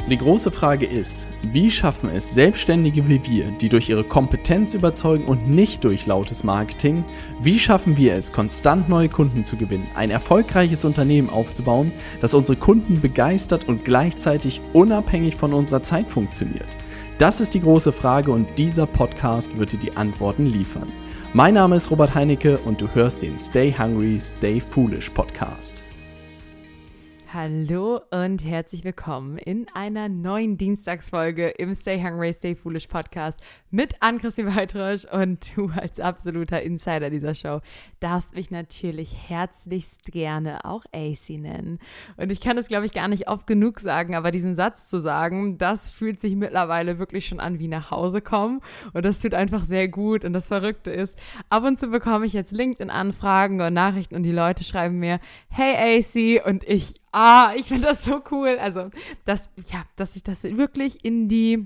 Die große Frage ist, wie schaffen es Selbstständige wie wir, die durch ihre Kompetenz überzeugen und nicht durch lautes Marketing? Wie schaffen wir es, konstant neue Kunden zu gewinnen, ein erfolgreiches Unternehmen aufzubauen, das unsere Kunden begeistert und gleichzeitig unabhängig von unserer Zeit funktioniert? Das ist die große Frage und dieser Podcast wird dir die Antworten liefern. Mein Name ist Robert Heinecke und du hörst den Stay Hungry, Stay Foolish Podcast. Hallo und herzlich willkommen in einer neuen Dienstagsfolge im Stay Hungry, Stay Foolish Podcast mit Ann-Christine Waldrösch, und du als absoluter Insider dieser Show darfst mich natürlich herzlichst gerne auch AC nennen. Und ich kann es, glaube ich, gar nicht oft genug sagen, aber diesen Satz zu sagen, das fühlt sich mittlerweile wirklich schon an wie nach Hause kommen, und das tut einfach sehr gut. Und das Verrückte ist, ab und zu bekomme ich jetzt LinkedIn-Anfragen und Nachrichten und die Leute schreiben mir, hey AC, und ich finde das so cool. Also, dass sich das wirklich in die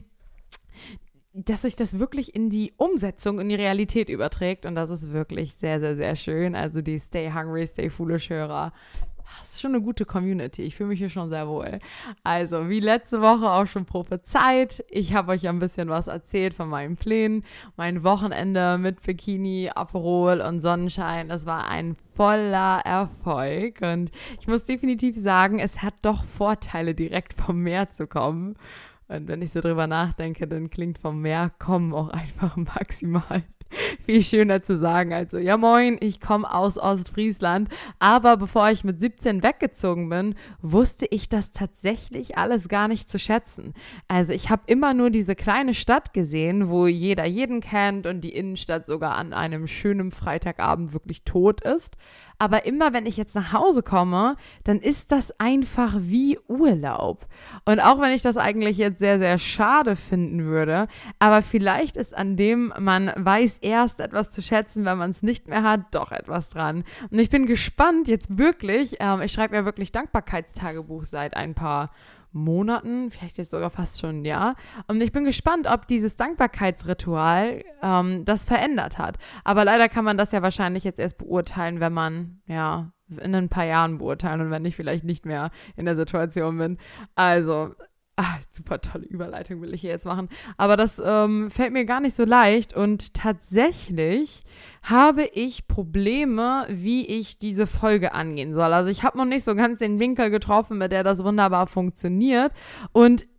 Umsetzung, in die Realität überträgt. Und das ist wirklich sehr, sehr, sehr schön. Also die Stay Hungry, Stay Foolish Hörer, das ist schon eine gute Community. Ich fühle mich hier schon sehr wohl. Also, wie letzte Woche auch schon prophezeit, ich habe euch ein bisschen was erzählt von meinen Plänen. Mein Wochenende mit Bikini, Aperol und Sonnenschein, das war ein voller Erfolg. Und ich muss definitiv sagen, es hat doch Vorteile, direkt vom Meer zu kommen. Und wenn ich so drüber nachdenke, dann klingt vom Meer kommen auch einfach maximal viel schöner zu sagen. Also, ja moin, ich komme aus Ostfriesland, aber bevor ich mit 17 weggezogen bin, wusste ich das tatsächlich alles gar nicht zu schätzen. Also ich habe immer nur diese kleine Stadt gesehen, wo jeder jeden kennt und die Innenstadt sogar an einem schönen Freitagabend wirklich tot ist. Aber immer, wenn ich jetzt nach Hause komme, dann ist das einfach wie Urlaub. Und auch wenn ich das eigentlich jetzt sehr, sehr schade finden würde, aber vielleicht ist an dem, man weiß erst etwas zu schätzen, wenn man es nicht mehr hat, doch etwas dran. Und ich bin gespannt jetzt wirklich, ich schreibe ja wirklich Dankbarkeitstagebuch seit ein paar Monaten, vielleicht jetzt sogar fast schon ein Jahr. Und ich bin gespannt, ob dieses Dankbarkeitsritual das verändert hat. Aber leider kann man das ja wahrscheinlich jetzt erst beurteilen, wenn man, ja, in ein paar Jahren beurteilen und wenn ich vielleicht nicht mehr in der Situation bin. Also, super tolle Überleitung will ich hier jetzt machen. Aber das fällt mir gar nicht so leicht, und tatsächlich habe ich Probleme, wie ich diese Folge angehen soll. Also ich habe noch nicht so ganz den Winkel getroffen, mit der das wunderbar funktioniert, und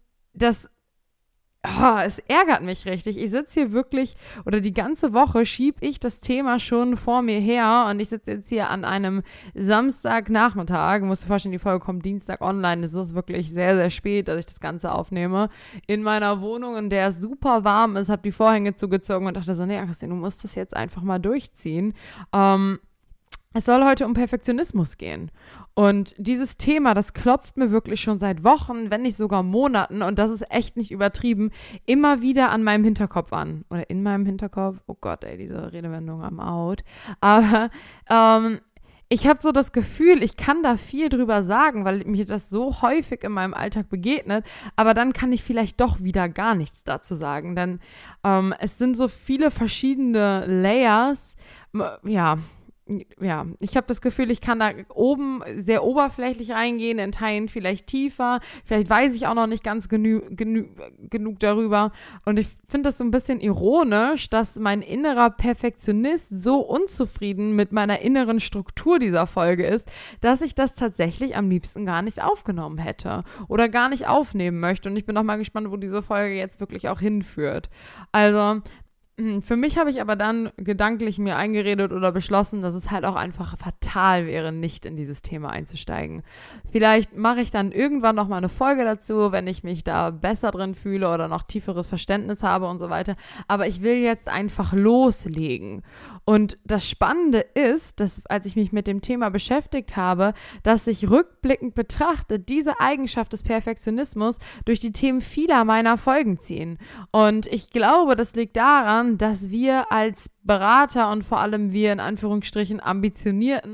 es ärgert mich richtig. Ich sitze hier wirklich, oder die ganze Woche schiebe ich das Thema schon vor mir her, und ich sitze jetzt hier an einem Samstagnachmittag. Musst dir vorstellen, die Folge kommt Dienstag online. Es ist wirklich sehr, sehr spät, dass ich das Ganze aufnehme. In meiner Wohnung, in der es super warm ist, habe die Vorhänge zugezogen und dachte so, nee, Christine, du musst das jetzt einfach mal durchziehen. Es soll heute um Perfektionismus gehen. Und dieses Thema, das klopft mir wirklich schon seit Wochen, wenn nicht sogar Monaten, und das ist echt nicht übertrieben, immer wieder an meinem Hinterkopf an. Oder in meinem Hinterkopf. Oh Gott, ey, diese Redewendung am Out. Aber ich habe so das Gefühl, ich kann da viel drüber sagen, weil mir das so häufig in meinem Alltag begegnet, aber dann kann ich vielleicht doch wieder gar nichts dazu sagen, denn es sind so viele verschiedene Layers, ja, ich habe das Gefühl, ich kann da oben sehr oberflächlich reingehen, in Teilen vielleicht tiefer, vielleicht weiß ich auch noch nicht ganz genug darüber, und ich finde das so ein bisschen ironisch, dass mein innerer Perfektionist so unzufrieden mit meiner inneren Struktur dieser Folge ist, dass ich das tatsächlich am liebsten gar nicht aufgenommen hätte oder gar nicht aufnehmen möchte, und ich bin auch mal gespannt, wo diese Folge jetzt wirklich auch hinführt. Also für mich habe ich aber dann gedanklich mir eingeredet oder beschlossen, dass es halt auch einfach fatal wäre, nicht in dieses Thema einzusteigen. Vielleicht mache ich dann irgendwann noch mal eine Folge dazu, wenn ich mich da besser drin fühle oder noch tieferes Verständnis habe und so weiter. Aber ich will jetzt einfach loslegen. Und das Spannende ist, dass als ich mich mit dem Thema beschäftigt habe, dass ich rückblickend betrachtet diese Eigenschaft des Perfektionismus durch die Themen vieler meiner Folgen ziehen. Und ich glaube, das liegt daran, dass wir als Berater und vor allem wir in Anführungsstrichen ambitionierten,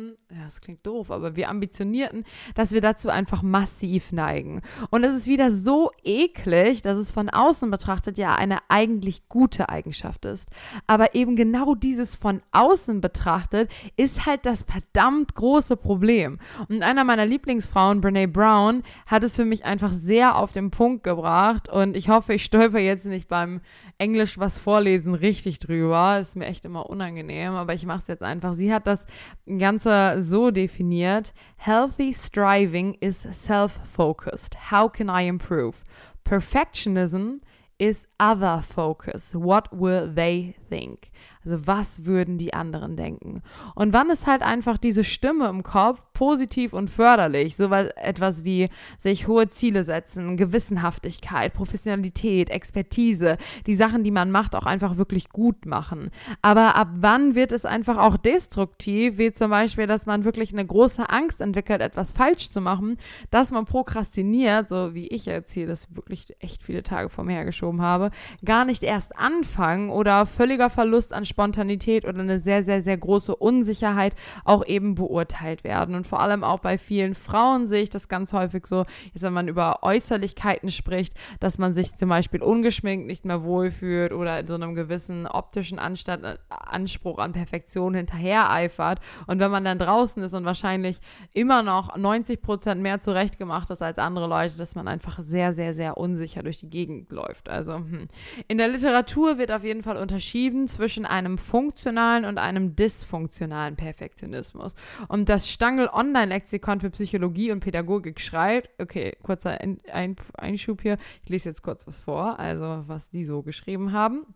das klingt doof, aber wir Ambitionierten, dass wir dazu einfach massiv neigen. Und es ist wieder so eklig, dass es von außen betrachtet ja eine eigentlich gute Eigenschaft ist. Aber eben genau dieses von außen betrachtet ist halt das verdammt große Problem. Und einer meiner Lieblingsfrauen, Brené Brown, hat es für mich einfach sehr auf den Punkt gebracht und ich hoffe, ich stolper jetzt nicht beim Englisch was vorlesen richtig drüber. Ist mir echt immer unangenehm, aber ich mache es jetzt einfach. Sie hat das Ganze so definiert: Healthy striving is self-focused. How can I improve? Perfectionism is other focus. What will they think? Also was würden die anderen denken? Und wann ist halt einfach diese Stimme im Kopf positiv und förderlich? So etwas wie sich hohe Ziele setzen, Gewissenhaftigkeit, Professionalität, Expertise, die Sachen, die man macht, auch einfach wirklich gut machen. Aber ab wann wird es einfach auch destruktiv, wie zum Beispiel, dass man wirklich eine große Angst entwickelt, etwas falsch zu machen, dass man prokrastiniert, so wie ich jetzt hier das wirklich echt viele Tage vor mir hergeschoben habe, gar nicht erst anfangen oder völliger Verlust an Spontanität oder eine sehr, sehr, sehr große Unsicherheit auch eben beurteilt werden. Und vor allem auch bei vielen Frauen sehe ich das ganz häufig so, jetzt wenn man über Äußerlichkeiten spricht, dass man sich zum Beispiel ungeschminkt nicht mehr wohlfühlt oder in so einem gewissen optischen Anspruch an Perfektion hinterhereifert. Und wenn man dann draußen ist und wahrscheinlich immer noch 90% mehr zurechtgemacht ist als andere Leute, dass man einfach sehr, sehr, sehr unsicher durch die Gegend läuft. Also in der Literatur wird auf jeden Fall unterschieden zwischen einem funktionalen und einem dysfunktionalen Perfektionismus. Und das Stangl-Online-Lexikon für Psychologie und Pädagogik schreibt, okay, kurzer Einschub hier, ich lese jetzt kurz was vor, also was die so geschrieben haben.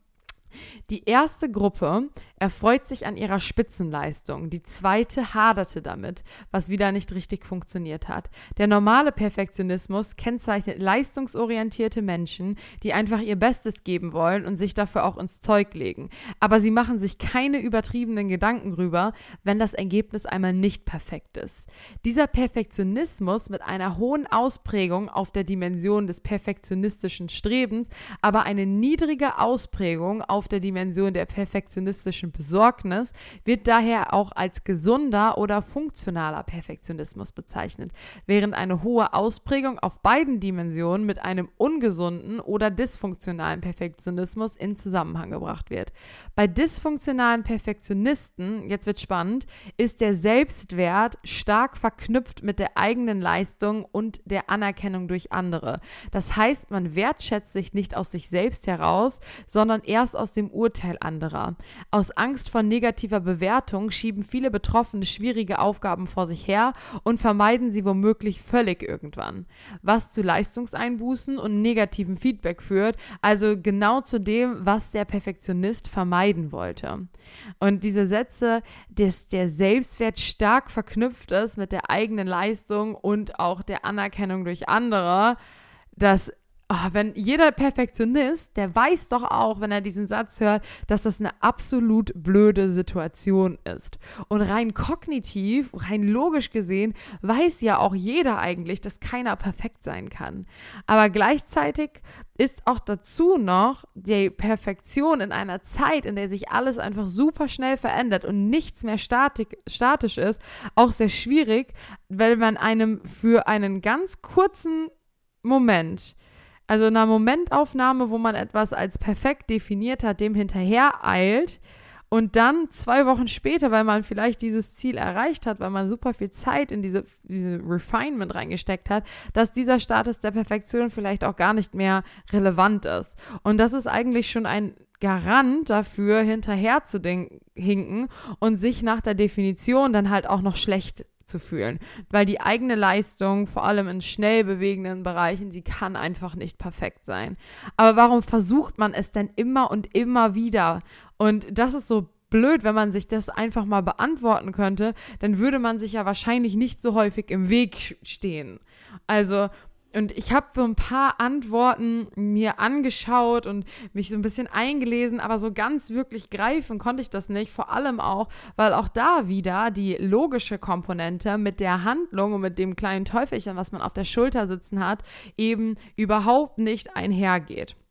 Die erste Gruppe erfreut sich an ihrer Spitzenleistung, die zweite haderte damit, was wieder nicht richtig funktioniert hat. Der normale Perfektionismus kennzeichnet leistungsorientierte Menschen, die einfach ihr Bestes geben wollen und sich dafür auch ins Zeug legen. Aber sie machen sich keine übertriebenen Gedanken drüber, wenn das Ergebnis einmal nicht perfekt ist. Dieser Perfektionismus mit einer hohen Ausprägung auf der Dimension des perfektionistischen Strebens, aber eine niedrige Ausprägung auf der Dimension der perfektionistischen Besorgnis, wird daher auch als gesunder oder funktionaler Perfektionismus bezeichnet, während eine hohe Ausprägung auf beiden Dimensionen mit einem ungesunden oder dysfunktionalen Perfektionismus in Zusammenhang gebracht wird. Bei dysfunktionalen Perfektionisten, jetzt wird spannend, ist der Selbstwert stark verknüpft mit der eigenen Leistung und der Anerkennung durch andere. Das heißt, man wertschätzt sich nicht aus sich selbst heraus, sondern erst aus dem Urteil anderer. Aus Angst vor negativer Bewertung schieben viele Betroffene schwierige Aufgaben vor sich her und vermeiden sie womöglich völlig irgendwann. Was zu Leistungseinbußen und negativem Feedback führt, also genau zu dem, was der Perfektionist vermeiden wollte. Und diese Sätze, dass der Selbstwert stark verknüpft ist mit der eigenen Leistung und auch der Anerkennung durch andere, wenn jeder Perfektionist, der weiß doch auch, wenn er diesen Satz hört, dass das eine absolut blöde Situation ist. Und rein kognitiv, rein logisch gesehen, weiß ja auch jeder eigentlich, dass keiner perfekt sein kann. Aber gleichzeitig ist auch dazu noch die Perfektion in einer Zeit, in der sich alles einfach super schnell verändert und nichts mehr statisch ist, auch sehr schwierig, weil man einem für einen ganz kurzen Moment, also einer Momentaufnahme, wo man etwas als perfekt definiert hat, dem hinterher eilt und dann 2 Wochen später, weil man vielleicht dieses Ziel erreicht hat, weil man super viel Zeit in diese Refinement reingesteckt hat, dass dieser Status der Perfektion vielleicht auch gar nicht mehr relevant ist. Und das ist eigentlich schon ein Garant dafür, hinterher zu hinken und sich nach der Definition dann halt auch noch schlecht zu fühlen, weil die eigene Leistung, vor allem in schnell bewegenden Bereichen, sie kann einfach nicht perfekt sein. Aber warum versucht man es denn immer und immer wieder? Und das ist so blöd, wenn man sich das einfach mal beantworten könnte, dann würde man sich ja wahrscheinlich nicht so häufig im Weg stehen. Also und ich habe so ein paar Antworten mir angeschaut und mich so ein bisschen eingelesen, aber so ganz wirklich greifen konnte ich das nicht. Vor allem auch, weil auch da wieder die logische Komponente mit der Handlung und mit dem kleinen Teufelchen, was man auf der Schulter sitzen hat, eben überhaupt nicht einhergeht.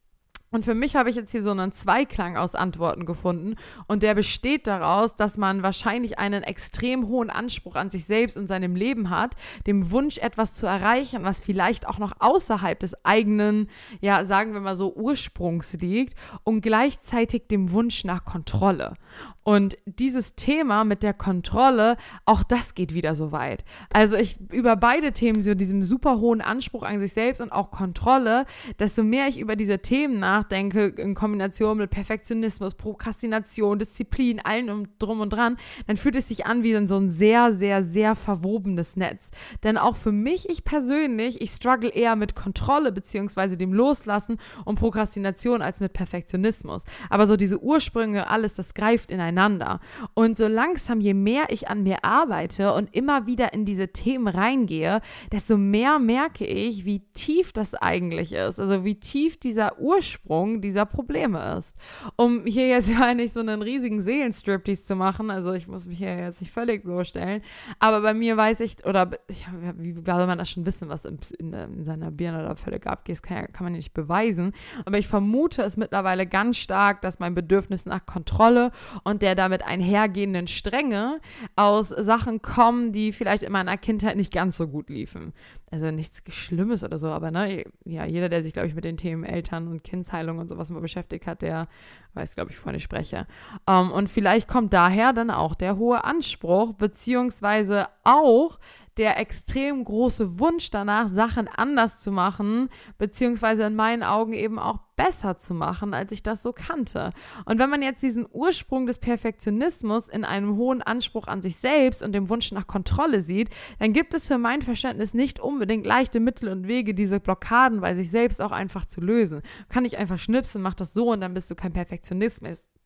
Und für mich habe ich jetzt hier so einen Zweiklang aus Antworten gefunden und der besteht daraus, dass man wahrscheinlich einen extrem hohen Anspruch an sich selbst und seinem Leben hat, dem Wunsch, etwas zu erreichen, was vielleicht auch noch außerhalb des eigenen, ja, sagen wir mal so, Ursprungs liegt und gleichzeitig dem Wunsch nach Kontrolle. Und dieses Thema mit der Kontrolle, auch das geht wieder so weit. Also über beide Themen, so diesem super hohen Anspruch an sich selbst und auch Kontrolle, desto mehr ich über diese Themen nachdenke, in Kombination mit Perfektionismus, Prokrastination, Disziplin, allem drum und dran, dann fühlt es sich an wie so ein sehr, sehr, sehr verwobenes Netz. Denn auch für mich, ich persönlich, ich struggle eher mit Kontrolle beziehungsweise dem Loslassen und Prokrastination als mit Perfektionismus. Aber so diese Ursprünge, alles, das greift ineinander. Und so langsam, je mehr ich an mir arbeite und immer wieder in diese Themen reingehe, desto mehr merke ich, wie tief das eigentlich ist. Also wie tief dieser Ursprung dieser Probleme ist. Um hier jetzt ja nicht so einen riesigen Seelenstriptease zu machen, also ich muss mich hier jetzt nicht völlig bloßstellen, aber bei mir weiß ich, oder wie soll man das schon wissen, was in seiner Birne da völlig abgeht, kann man nicht beweisen, aber ich vermute es mittlerweile ganz stark, dass mein Bedürfnis nach Kontrolle und der damit einhergehenden Strenge aus Sachen kommen, die vielleicht in meiner Kindheit nicht ganz so gut liefen. Also nichts Schlimmes oder so, aber ne, ja, jeder, der sich, glaube ich, mit den Themen Eltern- und Kindsheilung und sowas mal beschäftigt hat, der weiß, glaube ich, wovon ich spreche. Und vielleicht kommt daher dann auch der hohe Anspruch, beziehungsweise auch der extrem große Wunsch danach, Sachen anders zu machen, beziehungsweise in meinen Augen eben auch besser zu machen, als ich das so kannte. Und wenn man jetzt diesen Ursprung des Perfektionismus in einem hohen Anspruch an sich selbst und dem Wunsch nach Kontrolle sieht, dann gibt es für mein Verständnis nicht unbedingt leichte Mittel und Wege, diese Blockaden bei sich selbst auch einfach zu lösen. Kann ich einfach schnipsen, mach das so und dann bist du kein Perfektionist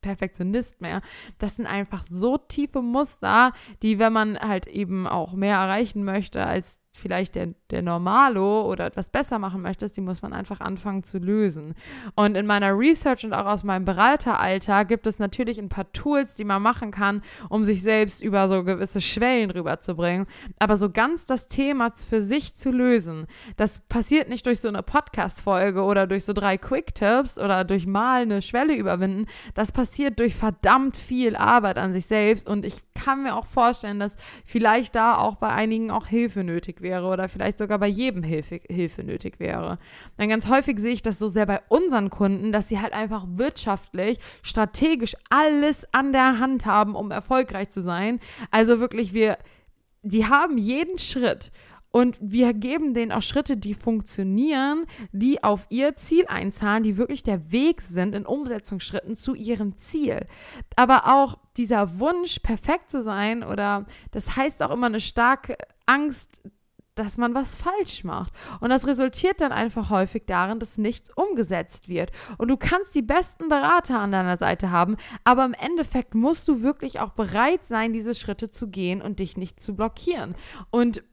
mehr. Das sind einfach so tiefe Muster, die, wenn man halt eben auch mehr erreichen möchte als vielleicht der Normalo oder etwas besser machen möchtest, die muss man einfach anfangen zu lösen. Und in meiner Research und auch aus meinem Berateralltag gibt es natürlich ein paar Tools, die man machen kann, um sich selbst über so gewisse Schwellen rüberzubringen. Aber so ganz das Thema für sich zu lösen, das passiert nicht durch so eine Podcast-Folge oder durch so 3 Quick-Tipps oder durch mal eine Schwelle überwinden. Das passiert durch verdammt viel Arbeit an sich selbst und ich kann mir auch vorstellen, dass vielleicht da auch bei einigen auch Hilfe nötig wäre oder vielleicht sogar bei jedem Hilfe nötig wäre. Denn ganz häufig sehe ich das so sehr bei unseren Kunden, dass sie halt einfach wirtschaftlich, strategisch alles an der Hand haben, um erfolgreich zu sein. Also wirklich, die haben jeden Schritt. Und wir geben denen auch Schritte, die funktionieren, die auf ihr Ziel einzahlen, die wirklich der Weg sind in Umsetzungsschritten zu ihrem Ziel. Aber auch dieser Wunsch, perfekt zu sein, oder das heißt auch immer eine starke Angst, dass man was falsch macht. Und das resultiert dann einfach häufig darin, dass nichts umgesetzt wird. Und du kannst die besten Berater an deiner Seite haben, aber im Endeffekt musst du wirklich auch bereit sein, diese Schritte zu gehen und dich nicht zu blockieren. Und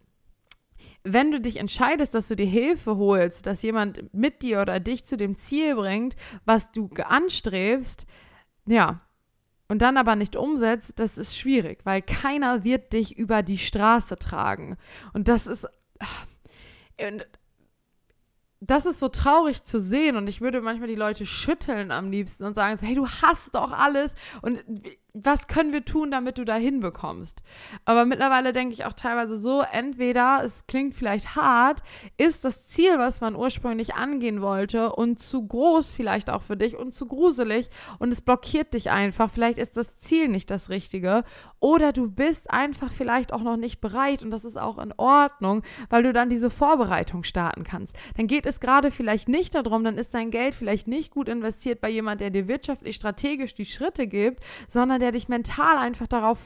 wenn du dich entscheidest, dass du dir Hilfe holst, dass jemand mit dir oder dich zu dem Ziel bringt, was du anstrebst, ja, und dann aber nicht umsetzt, das ist schwierig, weil keiner wird dich über die Straße tragen. Und das ist so traurig zu sehen und ich würde manchmal die Leute schütteln am liebsten und sagen, hey, du hast doch alles und was können wir tun, damit du da hinbekommst? Aber mittlerweile denke ich auch teilweise so, entweder, es klingt vielleicht hart, ist das Ziel, was man ursprünglich angehen wollte und zu groß vielleicht auch für dich und zu gruselig und es blockiert dich einfach, vielleicht ist das Ziel nicht das Richtige oder du bist einfach vielleicht auch noch nicht bereit und das ist auch in Ordnung, weil du dann diese Vorbereitung starten kannst. Dann geht es gerade vielleicht nicht darum, dann ist dein Geld vielleicht nicht gut investiert bei jemand, der dir wirtschaftlich strategisch die Schritte gibt, sondern der dich mental einfach darauf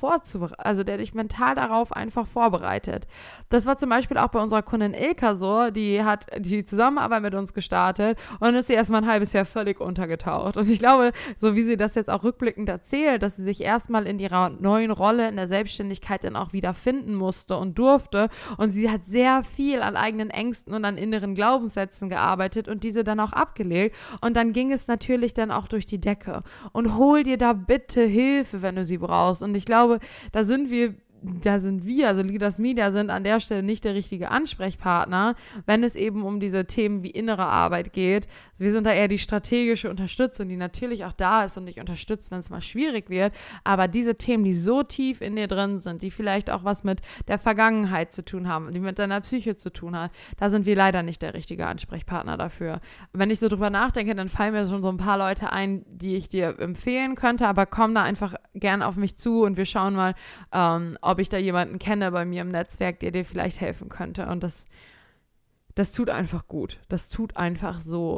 vorbereitet. Das war zum Beispiel auch bei unserer Kundin Ilka so, die hat die Zusammenarbeit mit uns gestartet und dann ist sie erstmal ein halbes Jahr völlig untergetaucht. Und ich glaube, so wie sie das jetzt auch rückblickend erzählt, dass sie sich erstmal in ihrer neuen Rolle in der Selbstständigkeit dann auch wieder finden musste und durfte und sie hat sehr viel an eigenen Ängsten und an inneren Glaubenssätzen gearbeitet und diese dann auch abgelegt und dann ging es natürlich dann auch durch die Decke. Und hol dir da bitte Hilfe, wenn du sie brauchst. Und ich glaube, da sind wir da sind wir, also Leaders Media sind an der Stelle nicht der richtige Ansprechpartner, wenn es eben um diese Themen wie innere Arbeit geht. Wir sind da eher die strategische Unterstützung, die natürlich auch da ist und dich unterstützt, wenn es mal schwierig wird. Aber diese Themen, die so tief in dir drin sind, die vielleicht auch was mit der Vergangenheit zu tun haben, die mit deiner Psyche zu tun haben, da sind wir leider nicht der richtige Ansprechpartner dafür. Wenn ich so drüber nachdenke, dann fallen mir schon so ein paar Leute ein, die ich dir empfehlen könnte, aber komm da einfach gern auf mich zu und wir schauen mal, ob ich da jemanden kenne bei mir im Netzwerk, der dir vielleicht helfen könnte. Und das tut einfach gut. Das tut einfach so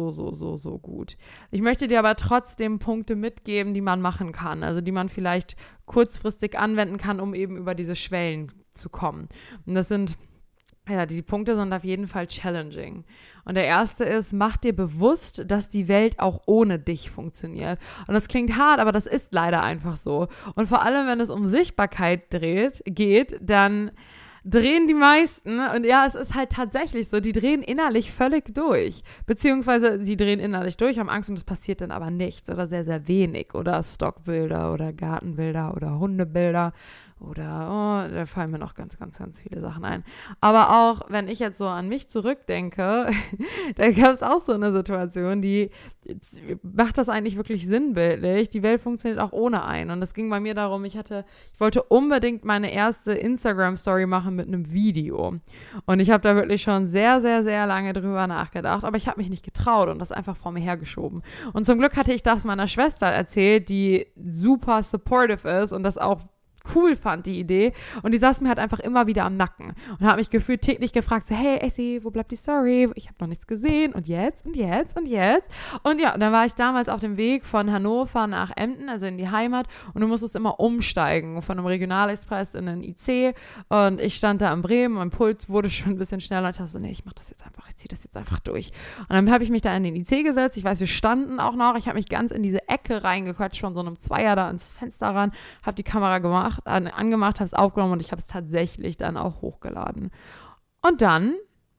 gut. Ich möchte dir aber trotzdem Punkte mitgeben, die man machen kann, also die man vielleicht kurzfristig anwenden kann, um eben über diese Schwellen zu kommen. Und das sind, ja, die Punkte sind auf jeden Fall challenging. Und der erste ist, mach dir bewusst, dass die Welt auch ohne dich funktioniert. Und das klingt hart, aber das ist leider einfach so. Und vor allem, wenn es um Sichtbarkeit geht, dann drehen die meisten, und ja, es ist halt tatsächlich so, die drehen innerlich völlig durch. Beziehungsweise sie drehen innerlich durch, haben Angst und es passiert dann aber nichts oder sehr, sehr wenig. Oder Stockbilder oder Gartenbilder oder Hundebilder oder, da fallen mir noch ganz, ganz, ganz viele Sachen ein. Aber auch, wenn ich jetzt so an mich zurückdenke, da gab es auch so eine Situation, die macht das eigentlich wirklich sinnbildlich. Die Welt funktioniert auch ohne einen. Und es ging bei mir darum, ich wollte unbedingt meine erste Instagram-Story machen mit einem Video. Und ich habe da wirklich schon sehr, sehr, sehr lange drüber nachgedacht, aber ich habe mich nicht getraut und das einfach vor mir hergeschoben. Und zum Glück hatte ich das meiner Schwester erzählt, die super supportive ist und das auch cool fand, die Idee. Und die saß mir halt einfach immer wieder am Nacken und hat mich gefühlt täglich gefragt, so, hey Essie, wo bleibt die Story? Ich habe noch nichts gesehen und jetzt und jetzt und jetzt. Und ja, dann war ich damals auf dem Weg von Hannover nach Emden, also in die Heimat, und du musstest immer umsteigen von einem Regionalexpress in einen IC und ich stand da in Bremen, mein Puls wurde schon ein bisschen schneller und ich dachte so, nee, ich mach das jetzt einfach, ich ziehe das jetzt einfach durch. Und dann habe ich mich da in den IC gesetzt, ich weiß, wir standen auch noch, ich habe mich ganz in diese Ecke reingequatscht von so einem Zweier da ans Fenster ran, habe die Kamera angemacht, habe es aufgenommen und ich habe es tatsächlich dann auch hochgeladen. Und dann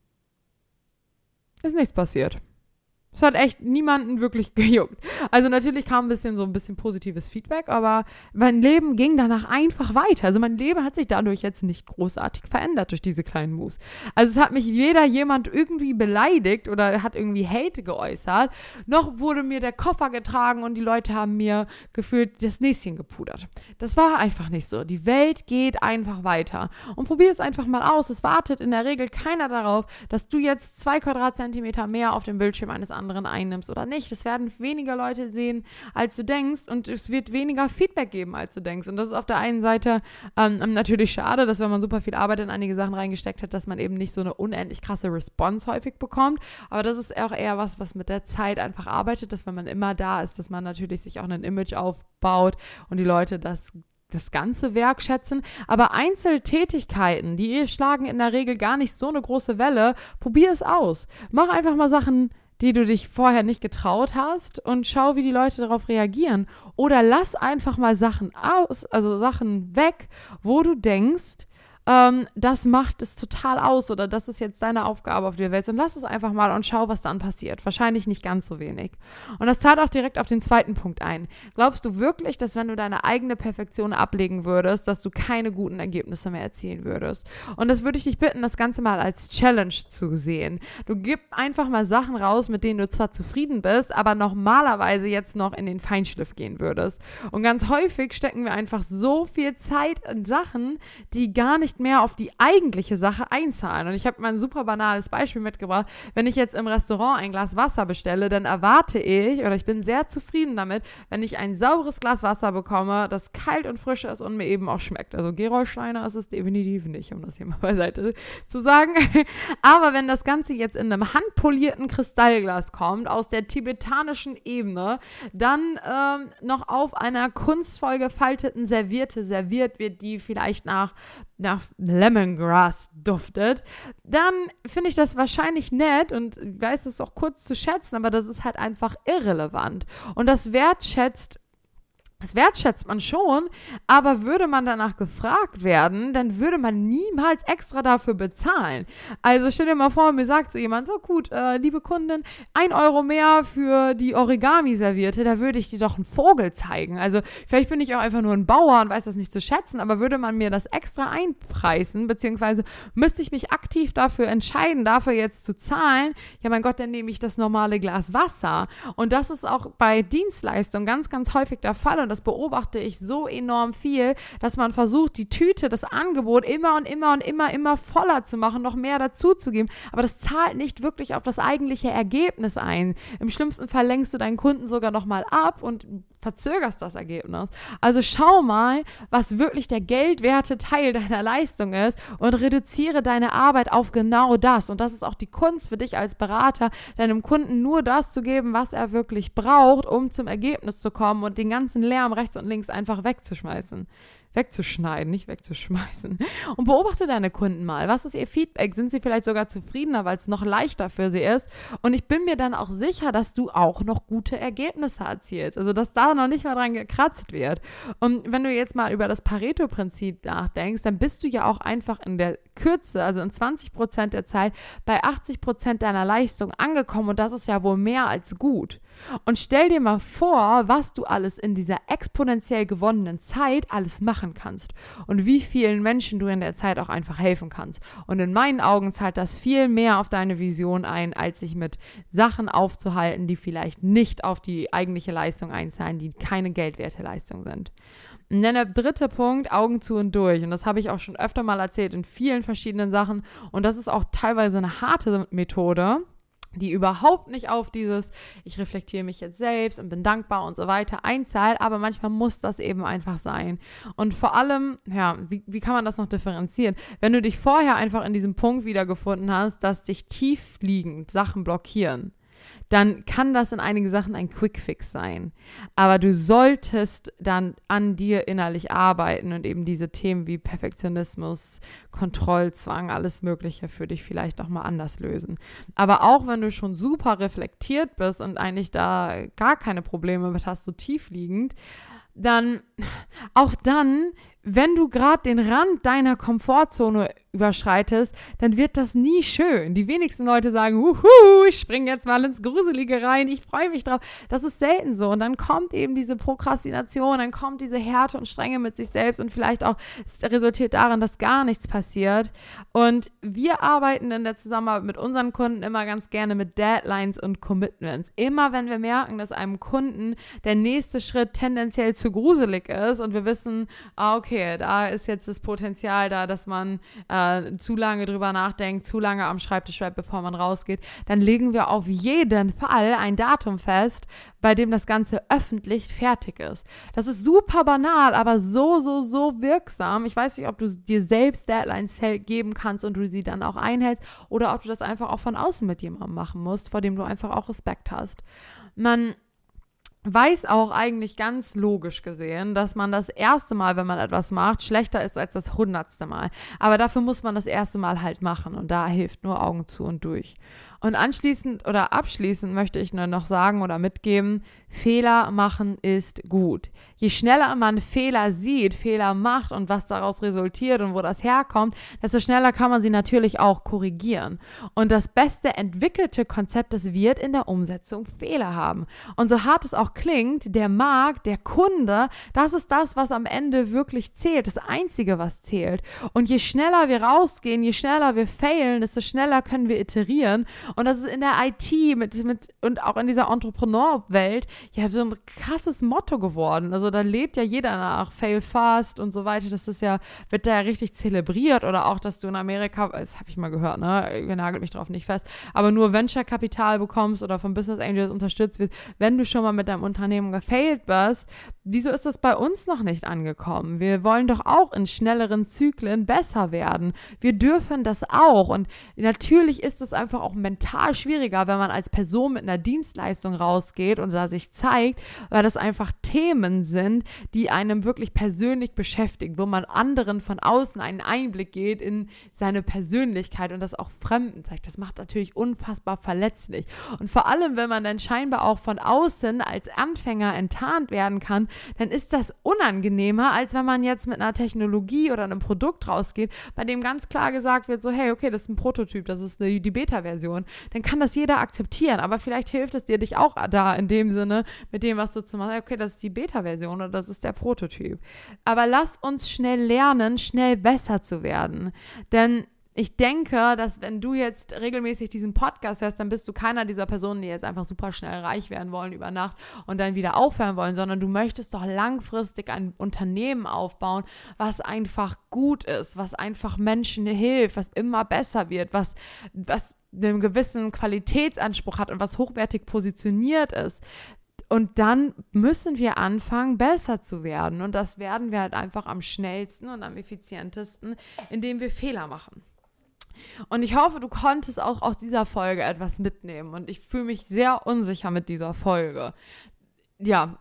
ist nichts passiert. Es hat echt niemanden wirklich gejuckt. Also natürlich kam so ein bisschen positives Feedback, aber mein Leben ging danach einfach weiter. Also mein Leben hat sich dadurch jetzt nicht großartig verändert durch diese kleinen Moves. Also es hat mich weder jemand irgendwie beleidigt oder hat irgendwie Hate geäußert, noch wurde mir der Koffer getragen und die Leute haben mir gefühlt das Näschen gepudert. Das war einfach nicht so. Die Welt geht einfach weiter. Und probier es einfach mal aus. Es wartet in der Regel keiner darauf, dass du jetzt 2 Quadratzentimeter mehr auf dem Bildschirm eines anderen einnimmst oder nicht. Es werden weniger Leute sehen, als du denkst und es wird weniger Feedback geben, als du denkst. Und das ist auf der einen Seite natürlich schade, dass wenn man super viel Arbeit in einige Sachen reingesteckt hat, dass man eben nicht so eine unendlich krasse Response häufig bekommt. Aber das ist auch eher was mit der Zeit einfach arbeitet, dass wenn man immer da ist, dass man natürlich sich auch ein Image aufbaut und die Leute das ganze Werk schätzen, aber Einzeltätigkeiten, die schlagen in der Regel gar nicht so eine große Welle. Probier es aus. Mach einfach mal Sachen, die du dich vorher nicht getraut hast und schau, wie die Leute darauf reagieren. Oder lass einfach mal Sachen aus, also Sachen weg, wo du denkst, das macht es total aus oder das ist jetzt deine Aufgabe auf der Welt. Und lass es einfach mal und schau, was dann passiert. Wahrscheinlich nicht ganz so wenig. Und das zahlt auch direkt auf den zweiten Punkt ein. Glaubst du wirklich, dass wenn du deine eigene Perfektion ablegen würdest, dass du keine guten Ergebnisse mehr erzielen würdest? Und das würde ich dich bitten, das Ganze mal als Challenge zu sehen. Du gib einfach mal Sachen raus, mit denen du zwar zufrieden bist, aber normalerweise jetzt noch in den Feinschliff gehen würdest. Und ganz häufig stecken wir einfach so viel Zeit in Sachen, die gar nicht mehr auf die eigentliche Sache einzahlen. Und ich habe mal ein super banales Beispiel mitgebracht. Wenn ich jetzt im Restaurant ein Glas Wasser bestelle, dann erwarte ich, oder ich bin sehr zufrieden damit, wenn ich ein sauberes Glas Wasser bekomme, das kalt und frisch ist und mir eben auch schmeckt. Also Gerolsteiner ist es definitiv nicht, um das hier mal beiseite zu sagen. Aber wenn das Ganze jetzt in einem handpolierten Kristallglas kommt, aus der tibetanischen Ebene, dann noch auf einer kunstvoll gefalteten Serviette serviert wird, die vielleicht nach Lemongrass duftet, dann finde ich das wahrscheinlich nett und weiß es auch kurz zu schätzen, aber das ist halt einfach irrelevant. Und das wertschätzt Das wertschätzt man schon, aber würde man danach gefragt werden, dann würde man niemals extra dafür bezahlen. Also stell dir mal vor, mir sagt so jemand, so gut, liebe Kundin, 1 Euro mehr für die Origami-Serviette, da würde ich dir doch einen Vogel zeigen. Also vielleicht bin ich auch einfach nur ein Bauer und weiß das nicht zu schätzen, aber würde man mir das extra einpreisen, beziehungsweise müsste ich mich aktiv dafür entscheiden, dafür jetzt zu zahlen, ja mein Gott, dann nehme ich das normale Glas Wasser. Und das ist auch bei Dienstleistungen ganz, ganz häufig der Fall und das beobachte ich so enorm viel, dass man versucht, die Tüte, das Angebot immer voller zu machen, noch mehr dazuzugeben. Aber das zahlt nicht wirklich auf das eigentliche Ergebnis ein. Im schlimmsten Fall lenkst du deinen Kunden sogar nochmal ab und verzögerst das Ergebnis. Also schau mal, was wirklich der geldwerte Teil deiner Leistung ist und reduziere deine Arbeit auf genau das. Und das ist auch die Kunst für dich als Berater, deinem Kunden nur das zu geben, was er wirklich braucht, um zum Ergebnis zu kommen und den ganzen Lärm rechts und links einfach wegzuschneiden, nicht wegzuschmeißen. Und beobachte deine Kunden mal. Was ist ihr Feedback? Sind sie vielleicht sogar zufriedener, weil es noch leichter für sie ist? Und ich bin mir dann auch sicher, dass du auch noch gute Ergebnisse erzielst. Also, dass da noch nicht mal dran gekratzt wird. Und wenn du jetzt mal über das Pareto-Prinzip nachdenkst, dann bist du ja auch einfach in der Kürze, also in 20% der Zeit, bei 80% deiner Leistung angekommen. Und das ist ja wohl mehr als gut. Und stell dir mal vor, was du alles in dieser exponentiell gewonnenen Zeit alles machen kannst und wie vielen Menschen du in der Zeit auch einfach helfen kannst. Und in meinen Augen zahlt das viel mehr auf deine Vision ein, als sich mit Sachen aufzuhalten, die vielleicht nicht auf die eigentliche Leistung einzahlen, die keine geldwerte Leistung sind. Und dann der 3. Punkt, Augen zu und durch. Und das habe ich auch schon öfter mal erzählt in vielen verschiedenen Sachen. Und das ist auch teilweise eine harte Methode, die überhaupt nicht auf dieses, ich reflektiere mich jetzt selbst und bin dankbar und so weiter einzahlt, aber manchmal muss das eben einfach sein. Und vor allem, ja, wie kann man das noch differenzieren? Wenn du dich vorher einfach in diesem Punkt wiedergefunden hast, dass dich tief liegend Sachen blockieren, dann kann das in einigen Sachen ein Quickfix sein. Aber du solltest dann an dir innerlich arbeiten und eben diese Themen wie Perfektionismus, Kontrollzwang, alles Mögliche für dich vielleicht auch mal anders lösen. Aber auch wenn du schon super reflektiert bist und eigentlich da gar keine Probleme mit hast, so tief liegend, dann, wenn du gerade den Rand deiner Komfortzone überschreitest, dann wird das nie schön. Die wenigsten Leute sagen, ich springe jetzt mal ins Gruselige rein, ich freue mich drauf. Das ist selten so. Und dann kommt eben diese Prokrastination, dann kommt diese Härte und Strenge mit sich selbst und vielleicht auch, es resultiert darin, dass gar nichts passiert. Und wir arbeiten in der Zusammenarbeit mit unseren Kunden immer ganz gerne mit Deadlines und Commitments. Immer wenn wir merken, dass einem Kunden der nächste Schritt tendenziell zu gruselig ist und wir wissen, okay, da ist jetzt das Potenzial da, dass man zu lange drüber nachdenkt, zu lange am Schreibtisch bleibt, bevor man rausgeht, dann legen wir auf jeden Fall ein Datum fest, bei dem das Ganze öffentlich fertig ist. Das ist super banal, aber so wirksam. Ich weiß nicht, ob du dir selbst Deadlines geben kannst und du sie dann auch einhältst oder ob du das einfach auch von außen mit jemandem machen musst, vor dem du einfach auch Respekt hast. Man weiß auch eigentlich ganz logisch gesehen, dass man das erste Mal, wenn man etwas macht, schlechter ist als das 100. Mal. Aber dafür muss man das erste Mal halt machen und da hilft nur Augen zu und durch. Und abschließend möchte ich nur noch sagen oder mitgeben, Fehler machen ist gut. Je schneller man Fehler sieht, Fehler macht und was daraus resultiert und wo das herkommt, desto schneller kann man sie natürlich auch korrigieren. Und das beste entwickelte Konzept, das wird in der Umsetzung Fehler haben. Und so hart es auch klingt, der Markt, der Kunde, das ist das, was am Ende wirklich zählt, das Einzige, was zählt. Und je schneller wir rausgehen, je schneller wir failen, desto schneller können wir iterieren. Und das ist in der IT und auch in dieser Entrepreneur-Welt ja so ein krasses Motto geworden. Also da lebt ja jeder nach, fail fast und so weiter. Das ist ja, wird da ja richtig zelebriert. Oder auch, dass du in Amerika, das habe ich mal gehört, ne, nagelt mich drauf nicht fest, aber nur Venture-Kapital bekommst oder von Business Angels unterstützt wirst, wenn du schon mal mit deinem Unternehmen gefailt bist. Wieso ist das bei uns noch nicht angekommen? Wir wollen doch auch in schnelleren Zyklen besser werden. Wir dürfen das auch. Und natürlich ist es einfach auch mental schwieriger, wenn man als Person mit einer Dienstleistung rausgeht und da sich zeigt, weil das einfach Themen sind, die einem wirklich persönlich beschäftigen, wo man anderen von außen einen Einblick geht in seine Persönlichkeit und das auch Fremden zeigt. Das macht natürlich unfassbar verletzlich. Und vor allem, wenn man dann scheinbar auch von außen als Anfänger enttarnt werden kann, dann ist das unangenehmer, als wenn man jetzt mit einer Technologie oder einem Produkt rausgeht, bei dem ganz klar gesagt wird, so hey, okay, das ist ein Prototyp, das ist die Beta-Version, dann kann das jeder akzeptieren, aber vielleicht hilft es dir dich auch da in dem Sinne, mit dem, was du zu machen, okay, das ist die Beta-Version oder das ist der Prototyp. Aber lass uns schnell lernen, schnell besser zu werden, denn ich denke, dass wenn du jetzt regelmäßig diesen Podcast hörst, dann bist du keiner dieser Personen, die jetzt einfach super schnell reich werden wollen über Nacht und dann wieder aufhören wollen, sondern du möchtest doch langfristig ein Unternehmen aufbauen, was einfach gut ist, was einfach Menschen hilft, was immer besser wird, was einen gewissen Qualitätsanspruch hat und was hochwertig positioniert ist. Und dann müssen wir anfangen, besser zu werden. Und das werden wir halt einfach am schnellsten und am effizientesten, indem wir Fehler machen. Und ich hoffe, du konntest auch aus dieser Folge etwas mitnehmen. Und ich fühle mich sehr unsicher mit dieser Folge. Ja,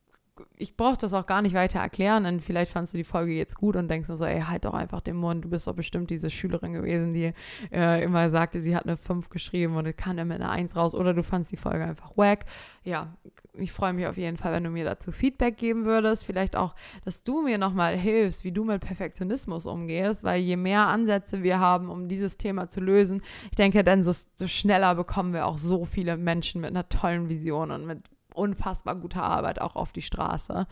ich brauche das auch gar nicht weiter erklären, denn vielleicht fandst du die Folge jetzt gut und denkst so, ey, halt doch einfach den Mund, du bist doch bestimmt diese Schülerin gewesen, die immer sagte, sie hat eine 5 geschrieben und kam dann mit einer 1 raus, oder du fandst die Folge einfach wack. Ja, ich freue mich auf jeden Fall, wenn du mir dazu Feedback geben würdest, vielleicht auch, dass du mir nochmal hilfst, wie du mit Perfektionismus umgehst, weil je mehr Ansätze wir haben, um dieses Thema zu lösen, ich denke, dann so schneller bekommen wir auch so viele Menschen mit einer tollen Vision und mit unfassbar guter Arbeit auch auf die Straße.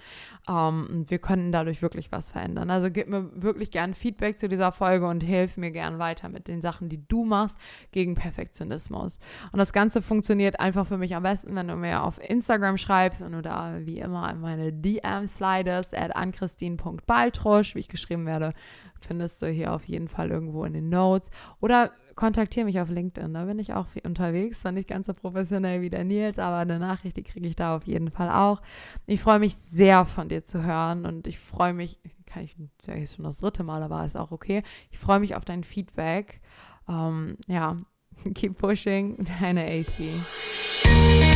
Und wir können dadurch wirklich was verändern. Also gib mir wirklich gern Feedback zu dieser Folge und hilf mir gern weiter mit den Sachen, die du machst gegen Perfektionismus. Und das Ganze funktioniert einfach für mich am besten, wenn du mir auf Instagram schreibst und du da wie immer in meine DMs slidest, @anchristin.baltrusch, wie ich geschrieben werde, findest du hier auf jeden Fall irgendwo in den Notes. Oder kontaktiere mich auf LinkedIn, da bin ich auch viel unterwegs, zwar nicht ganz so professionell wie der Nils, aber eine Nachricht, die kriege ich da auf jeden Fall auch. Ich freue mich sehr, von dir zu hören und ich freue mich, ich sage jetzt schon das 3. Mal, aber ist auch okay, ich freue mich auf dein Feedback. Ja, keep pushing, deine AC.